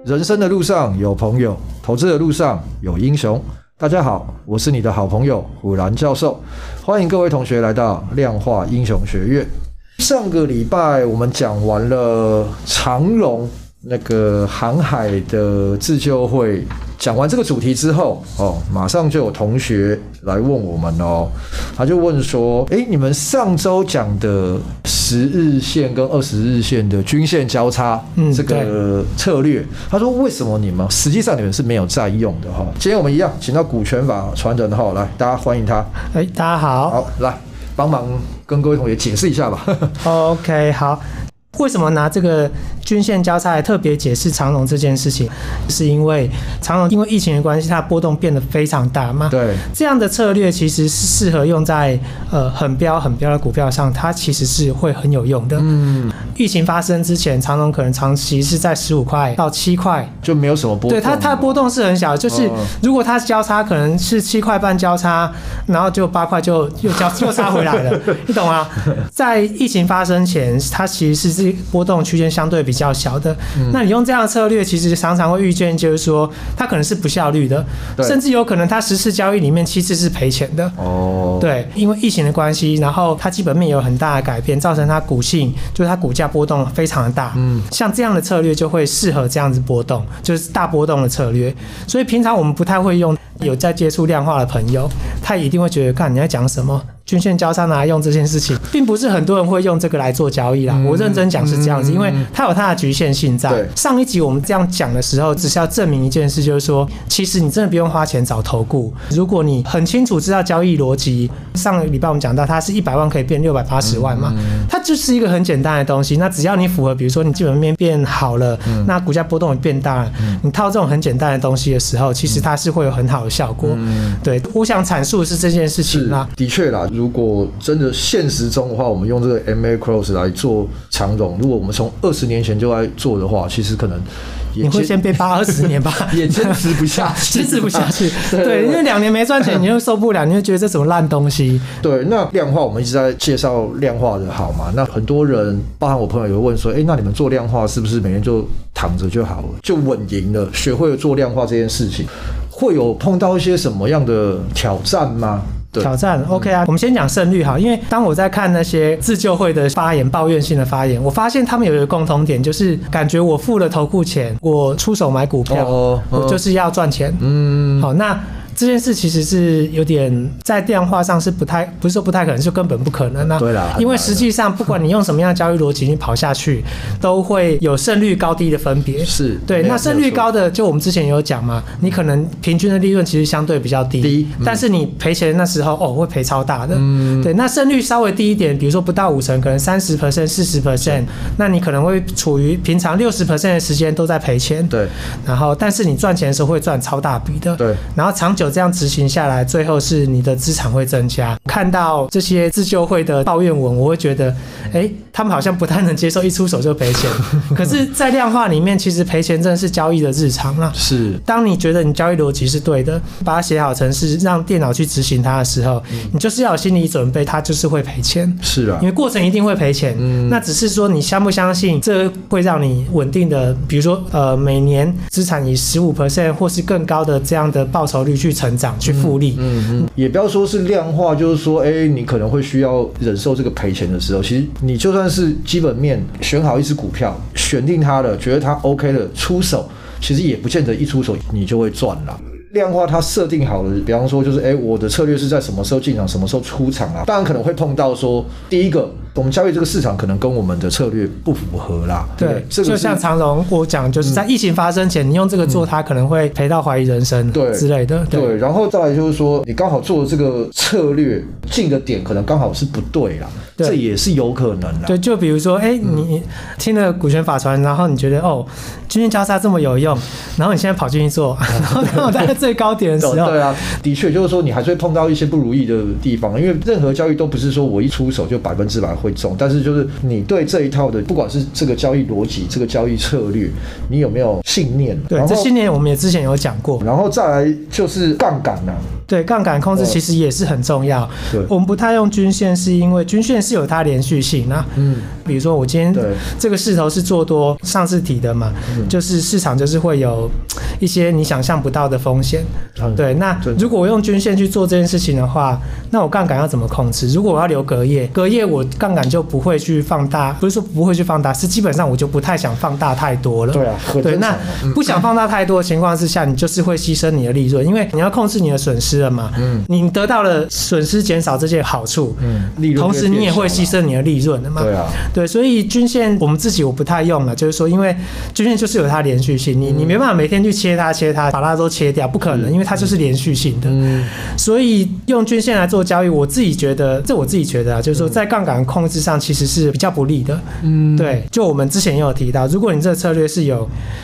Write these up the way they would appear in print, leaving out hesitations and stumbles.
人生的路上有朋友，投资的路上有英雄。大家好，我是你的好朋友虎兰教授，欢迎各位同学来到量化英雄学院。上个礼拜我们讲完了长荣那个航海的自救会，讲完这个主题之后马上就有同学来问我们他就问说你们上周讲的10日线跟20日线的均线交叉这个策略，他说为什么你们实际上你们是没有在用的今天我们一样请到股权法传人来，大家欢迎他。 大家好。 好，来帮忙跟各位同学解释一下吧。 OK， 好。为什么拿这个均线交叉来特别解释长荣这件事情？是因为长荣因为疫情的关系，它的波动变得非常大嘛。 对， 这样的策略其实是适合用在很标的股票上，它其实是会很有用的。疫情发生之前，长荣可能长期是在15块到7块， 就没有什么波动。 对，它的波动是很小，就是如果它交叉可能是7块半交叉，然后就8块就又插回来了，你懂吗？在疫情发生前，它其实是波动区间相对比较小的。那你用这样的策略，其实常常会遇见，就是说它可能是不效率的，甚至有可能它10次交易里面7次是赔钱的。对，因为疫情的关系，然后它基本面有很大的改变，造成它股性，就是它股价波动非常的大。像这样的策略就会适合这样子波动，就是大波动的策略。所以平常我们不太会用，有在接触量化的朋友，他一定会觉得，看你在讲什么？均线交叉拿来用这件事情，并不是很多人会用这个来做交易啦。我认真讲是这样子，因为它有它的局限性在。上一集我们这样讲的时候，只是要证明一件事，就是说，其实你真的不用花钱找投顾，如果你很清楚知道交易逻辑。上个礼拜我们讲到，它是100万可以变680万嘛，它就是一个很简单的东西。那只要你符合，比如说你基本面变好了，那股价波动也变大了，你套这种很简单的东西的时候，其实它是会有很好的效果。对，我想阐述的是这件事情啦。 的确啦。如果真的现实中的话，我们用这个 MA Cross 来做长荣，如果我们从20年前就来做的话，其实可能你会先被8-20年吧， 也坚持不下去， 坚持不下去。对，因为2年没赚钱，你就受不了，你就觉得这什么烂东西。 对，那量化我们一直在介绍量化的好嘛，那很多人，包含我朋友也会问说，那你们做量化是不是每天就躺着就好了，就稳赢了，学会了做量化这件事情，会有碰到一些什么样的挑战吗？ 挑战 OK 啊，我们先讲胜率好，因为当我在看那些自救会的发言，抱怨性的发言，我发现他们有一个共同点，就是感觉我付了投顾钱，我出手买股票，我就是要赚钱。好，那这件事其实是有点在量化上是不是说不太可能，就根本不可能啊。 对啦， 因为实际上不管你用什么样的交易逻辑你跑下去，都会有胜率高低的分别。是，对，那胜率高的就我们之前有讲嘛，你可能平均的利润其实相对比较低，但是你赔钱那时候会赔超大的。对，那胜率稍微低一点，比如说不到50%，可能30%、40%，那你可能会处于平常60% 的时间都在赔钱。对，然后但是你赚钱的时候会赚超大笔的。对，然后长久这样执行下来，最后是你的资产会增加。看到这些自救会的抱怨文，我会觉得他们好像不太能接受一出手就赔钱。可是在量化里面，其实赔钱真的是交易的日常啦。是，当你觉得你交易逻辑是对的，把它写好程式让电脑去执行它的时候，你就是要有心理准备，它就是会赔钱。是啊，因为过程一定会赔钱。那只是说你相不相信这会让你稳定的，比如说每年资产以15% 或是更高的这样的报酬率去成长去复利。也不要说是量化，就是说你可能会需要忍受这个赔钱的时候，其实你就算是基本面选好一只股票，选定它了，觉得它 OK 了，出手其实也不见得一出手你就会赚了。量化它设定好了，比方说就是我的策略是在什么时候进场，什么时候出场啦。当然可能会碰到说，第一个我们交易这个市场可能跟我们的策略不符合啦。对，这个就像长荣我讲，就是在疫情发生前，你用这个做，它可能会赔到怀疑人生之类的。对，然后再来就是说，你刚好做的这个策略进的点可能刚好是不对啦，这也是有可能啦。对，就比如说你听了股权法传，然后你觉得均线交叉这么有用，然后你现在跑进去做，然后刚好在最高点的时候，对啊，的确就是说你还是会碰到一些不如意的地方，因为任何交易都不是说我一出手就100% 会中，但是就是你对这一套的，不管是这个交易逻辑、这个交易策略，你有没有信念？ 对，这信念我们也之前有讲过。 然后再来就是杠杆啊。 对，杠杆控制其实也是很重要。对，我们不太用均线，是因为均线是有它连续性啊。比如说我今天这个势头是做多，上次提的嘛，就是市场就是会有一些你想象不到的风险。对，那如果我用均线去做这件事情的话，那我杠杆要怎么控制？如果我要留隔夜，我杠杆就不会去放大，不是说不会去放大，是基本上我就不太想放大太多了。 对啊， 对，那不想放大太多的情况之下，你就是会牺牲你的利润，因为你要控制你的损失了嘛。你得到了损失减少这些好处，同时你也会牺牲你的利润的嘛。对啊，对，所以均线我不太用了，就是说，因为均线就是有它连续性，你没办法每天去切它，把它都切掉，不可能，因为它就是连续性的。所以用均线来做交易，我自己觉得啊，就是说在杠杆控制上其实是比较不利的。对，就我们之前也有提到，如果你这个策略是有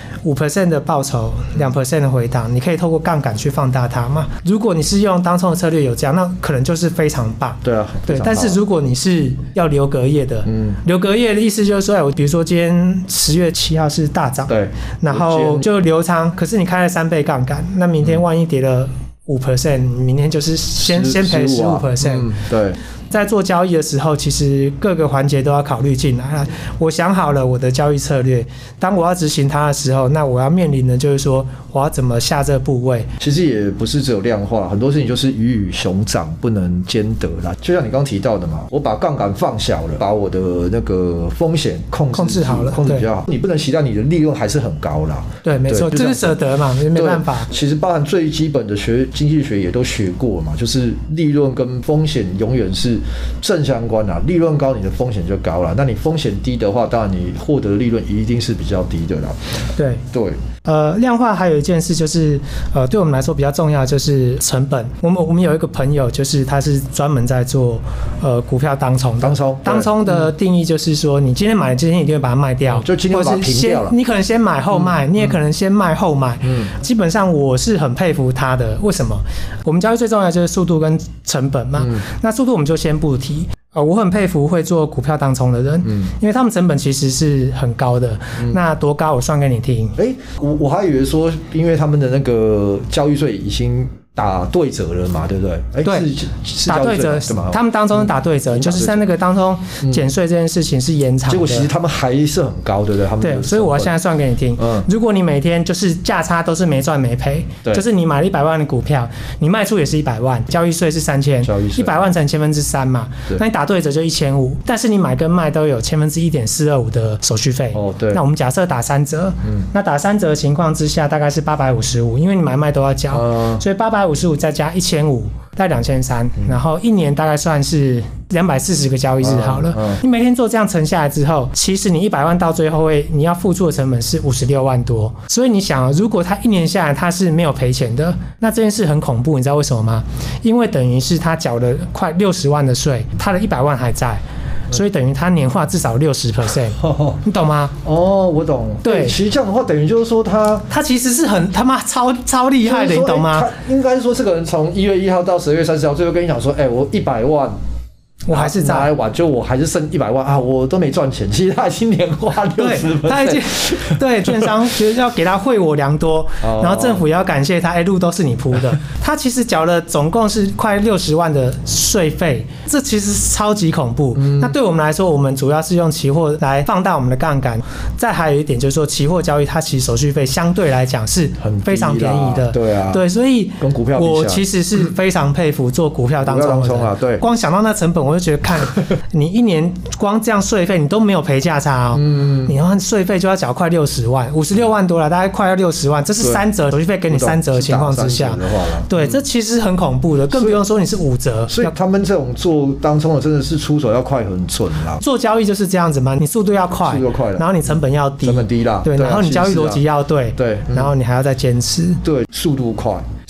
5% 的报酬，2% 的回档，你可以透过杠杆去放大它嘛。如果你是用当冲的策略有这样，那可能就是非常棒。 对啊， 对。但是如果你是要留隔夜的，留隔夜的意思就是说，比如说今天10月7号是大涨，对，然后就留仓，可是你开了3倍杠杆，那明天万一跌了5%，明天就是先赔15%。对。在做交易的时候，其实各个环节都要考虑进来。我想好了我的交易策略，当我要执行它的时候，那我要面临的就是说，我要怎么下这个部位。 其实也不是只有量化，很多事情就是鱼与熊掌不能兼得啦。就像你刚刚提到的嘛，我把杠杆放小了，把我的那个风险控制好了，控制比较好。你不能期待你的利润还是很高啦。 对，没错，这是舍得嘛，没办法。 其实包含最基本的经济学也都学过嘛，就是利润跟风险永远是正相关啦，利润高你的风险就高啦，那你风险低的话，当然你获得的利润一定是比较低的啦。对对。 量化还有一件事就是，对我们来说比较重要的就是成本。我们有一个朋友，就是他是专门在做股票当冲。当冲的定义就是说，你今天买，今天一定会把它卖掉， 就今天把它平掉了。 你可能先买后卖，你也可能先卖后买。基本上我是很佩服他的。为什么？我们交易最重要的就是速度跟成本嘛。那速度我们就先不提。我很佩服会做股票当冲的人，因为他们成本其实是很高的。那多高我算给你听。 我还以为说，因为他们的那个交易税已经打对折了嘛，对不对？ 对，打对折，他们当中是打对折，就是在那个当中减税这件事情是延长的。 结果其实他们还是很高，对不对？他们对，所以我要现在算给你听。如果你每天就是价差都是没赚没赔，就是你买了100万的股票，你卖出也是100万，交易税是3000，100万乘3%嘛，那你打对折就1500，但是你买跟卖都有1/1.425的手续费。对。那我们假设打3折，那打3折的情况之下大概是855，因为你买卖都要交，所以855再加1500，大概2300，然后一年大概算是240个交易日好了。你每天做这样乘下来之后，其实你100万到最后你要付出的成本是56万多。所以你想，如果他一年下来他是没有赔钱的，那这件事很恐怖，你知道为什么吗？因为等于是他缴了快60万的税，他的100万还在。所以等于他年化至少60%，你懂吗？ 我懂。对，其实这样的话，等于就是说他其实是很他妈超厉害的，你懂吗？ 他应该说这个人从1月1号到12月30号，最后跟你讲说，我100万。 我还是拿来玩，就我还是剩100万啊，我都没赚钱。其实他已经年化60%， 他已经对券商觉得要给他惠我良多，然后政府也要感谢他，路都是你铺的。他其实缴了总共是快60万的税费，这其实超级恐怖。那对我们来说，我们主要是用期货来放大我们的杠杆。再还有一点就是说，期货交易它其实手续费相对来讲是非常便宜的。对啊，对，所以跟股票比，我其实是非常佩服做股票当中的人。对，光想到那成本，我就觉得看你一年光这样税费你都没有赔价差哦，你要税费就要缴快60万，56万多了，大概快要60万，这是3折手续费给你3折的情况之下，对，这其实很恐怖的，更不用说你是5折。 所以他们这种做当冲的真的是出手要快很准啦。 做交易就是这样子嘛，你速度要快，然后你成本要低， 成本低啦， 对，然后你交易逻辑要对，然后你还要再坚持， 对，速度快。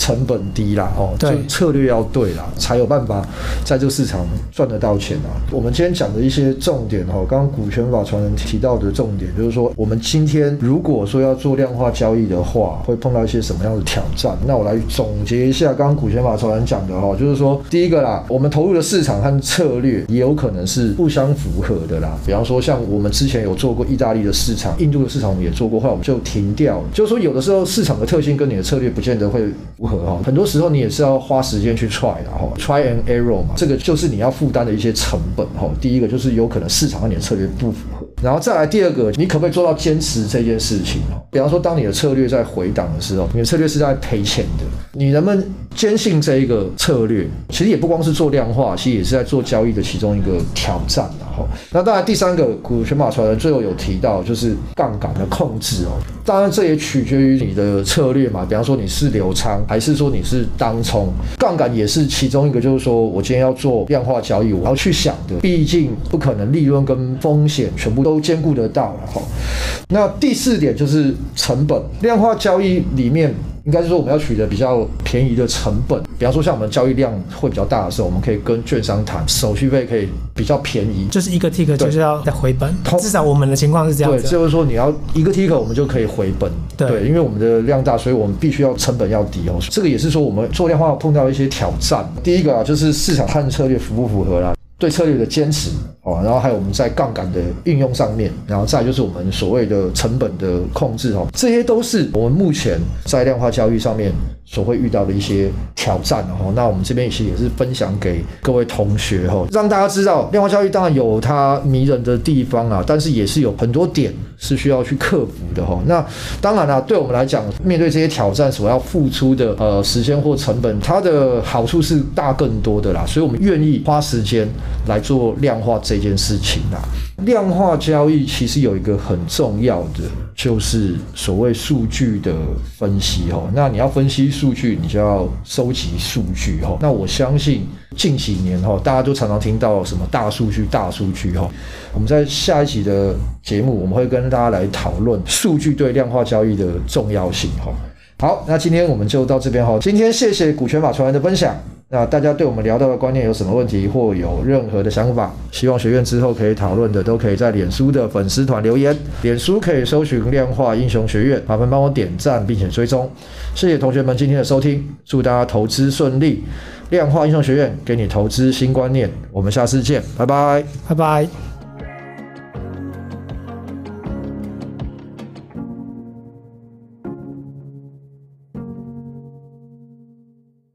成本低啦，就策略要对啦，才有办法在这个市场赚得到钱啊。我们今天讲的一些重点刚刚股权法传人提到的重点就是说，我们今天如果说要做量化交易的话，会碰到一些什么样的挑战？那我来总结一下刚刚股权法传人讲的就是说，第一个啦，我们投入的市场和策略也有可能是不相符合的啦。比方说像我们之前有做过意大利的市场、印度的市场，我们也做过，后来我们就停掉了。就是说有的时候市场的特性跟你的策略不见得会符合很多时候你也是要花时间去 try and error 嘛，这个就是你要负担的一些成本第一个就是有可能市场和你的策略不符合，然后再来第二个，你可不可以做到坚持这件事情比方说当你的策略在回档的时候，你的策略是在赔钱的，你能不能坚信这一个策略？其实也不光是做量化，其实也是在做交易的其中一个挑战那当然第三个股权法传人最后有提到就是杠杆的控制当然这也取决于你的策略嘛，比方说你是留仓还是说你是当冲，杠杆也是其中一个，就是说我今天要做量化交易，我要去想的，毕竟不可能利润跟风险全部都兼顾得到了那第四点就是成本，量化交易里面应该是说我们要取得比较便宜的成本，比方说像我们交易量会比较大的时候，我们可以跟券商谈手续费可以比较便宜， 就是一个 tick 就是要再回本，至少我们的情况是这样子。 对，就是说你要一个 tick 我们就可以回本。对，因为我们的量大，所以我们必须要成本要低这个也是说我们做量化碰到一些挑战。第一个就是市场和策略符不符合啦，对策略的坚持然后还有我们在杠杆的运用上面，然后再就是我们所谓的成本的控制这些都是我们目前在量化交易上面所会遇到的一些挑战那我们这边其实也是分享给各位同学让大家知道量化交易当然有它迷人的地方但是也是有很多点是需要去克服的那当然对我们来讲，面对这些挑战所要付出的时间或成本，它的好处是大更多的啦，所以我们愿意花时间来做量化这件事情啦。量化交易其实有一个很重要的，就是所谓数据的分析那你要分析数据，你就要收集数据那我相信近几年大家都常常听到什么大数据我们在下一集的节目我们会跟大家来讨论数据对量化交易的重要性好，那今天我们就到这边今天谢谢股权法传人的分享。那大家对我们聊到的观念有什么问题或有任何的想法，希望学院之后可以讨论的，都可以在脸书的粉丝团留言，脸书可以搜寻量化英雄学院，麻烦帮我点赞并且追踪。谢谢同学们今天的收听，祝大家投资顺利，量化英雄学院给你投资新观念，我们下次见，拜拜， 拜拜。